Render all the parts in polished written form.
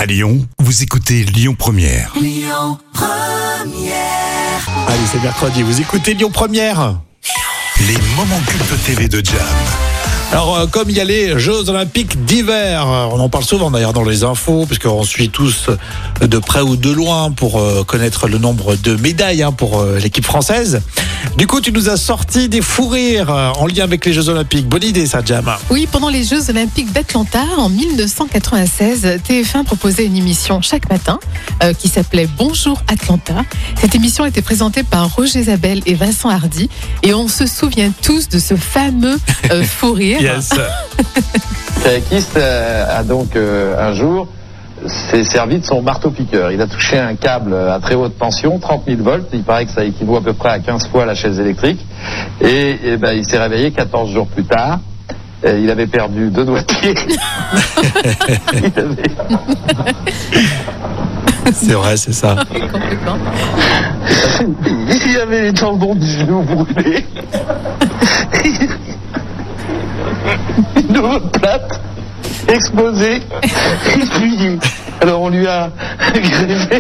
À Lyon, vous écoutez Lyon Première. Lyon Première. Allez, c'est mercredi, vous écoutez Lyon Première. Les moments cultes TV de Jam. Alors, comme il y a les Jeux Olympiques d'hiver, on en parle souvent d'ailleurs dans les infos, parce qu'on suit tous de près ou de loin pour connaître le nombre de médailles pour l'équipe française. Du coup, tu nous as sorti des fous rires en lien avec les Jeux Olympiques. Bonne idée, ça, Jam. Oui, pendant les Jeux Olympiques d'Atlanta en 1996, TF1 proposait une émission chaque matin qui s'appelait Bonjour Atlanta. Cette émission était présentée par Roger Zabel et Vincent Hardy, et on se souvient tous de ce fameux fou rire. Yes. Kayakiste a donc un jour s'est servi de son marteau-piqueur. Il a touché un câble à très haute tension, 30 000 volts. Il paraît que ça équivaut à peu près à 15 fois la chaise électrique. Et il s'est réveillé 14 jours plus tard. Il avait perdu 2 doigts de pied. C'est vrai, c'est ça. Complètement. Il avait les tendons du genou brûlés. Une omoplate exposée. Et puis, alors on lui a greffé.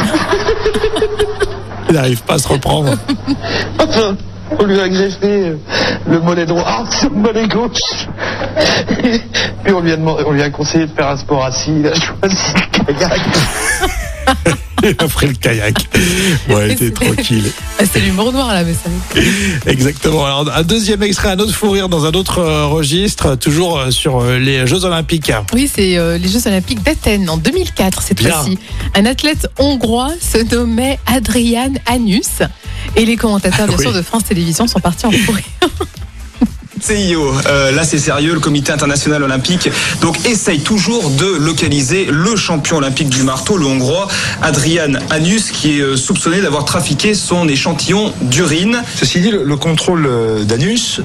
Il n'arrive pas à se reprendre. Enfin, on lui a greffé le mollet droit sur le mollet gauche. Et puis on lui a conseillé de faire un sport assis. Il a choisi le kayak. Il a pris le kayak. Ouais, il était tranquille. C'est l'humour noir là, mais ça. Exactement. Alors, un deuxième extrait, un autre fou rire dans un autre registre, toujours sur les Jeux Olympiques. Oui, c'est les Jeux Olympiques d'Athènes en 2004 cette Bien. fois-ci. Un athlète hongrois se nommait Adrian Anus, et les commentateurs bien Oui. sûr de France Télévisions sont partis en fou rire. CIO, là c'est sérieux, le comité international olympique donc essaye toujours de localiser le champion olympique du marteau, le hongrois Adrian Anus, qui est soupçonné d'avoir trafiqué son échantillon d'urine. Ceci dit, le contrôle d'anus,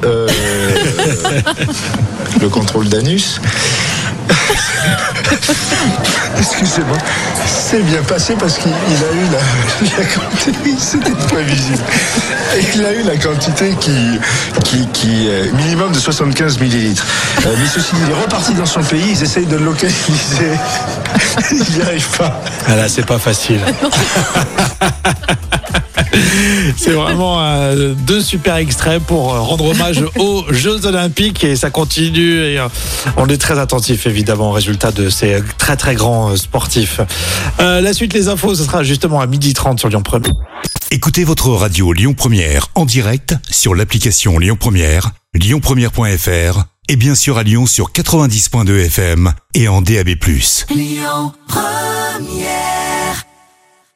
le contrôle d'anus, excusez-moi, c'est bien passé parce qu'il a eu la quantité, c'était pas visible, et il a eu la quantité qui est minimum de 75 millilitres. Mais ceci dit, il est reparti dans son pays, ils essayent de le localiser, ils n'y arrivent pas. Ah là, c'est pas facile. C'est vraiment deux super extraits pour rendre hommage aux Jeux Olympiques, et ça continue, et on est très attentif évidemment au résultat de ces très très grands sportifs. La suite, les infos, ce sera justement à 12h30 sur Lyon Première. Écoutez votre radio Lyon Première en direct sur l'application Lyon Première, lyonpremière.fr et bien sûr à Lyon sur 90.2 FM et en DAB+. Lyon Première.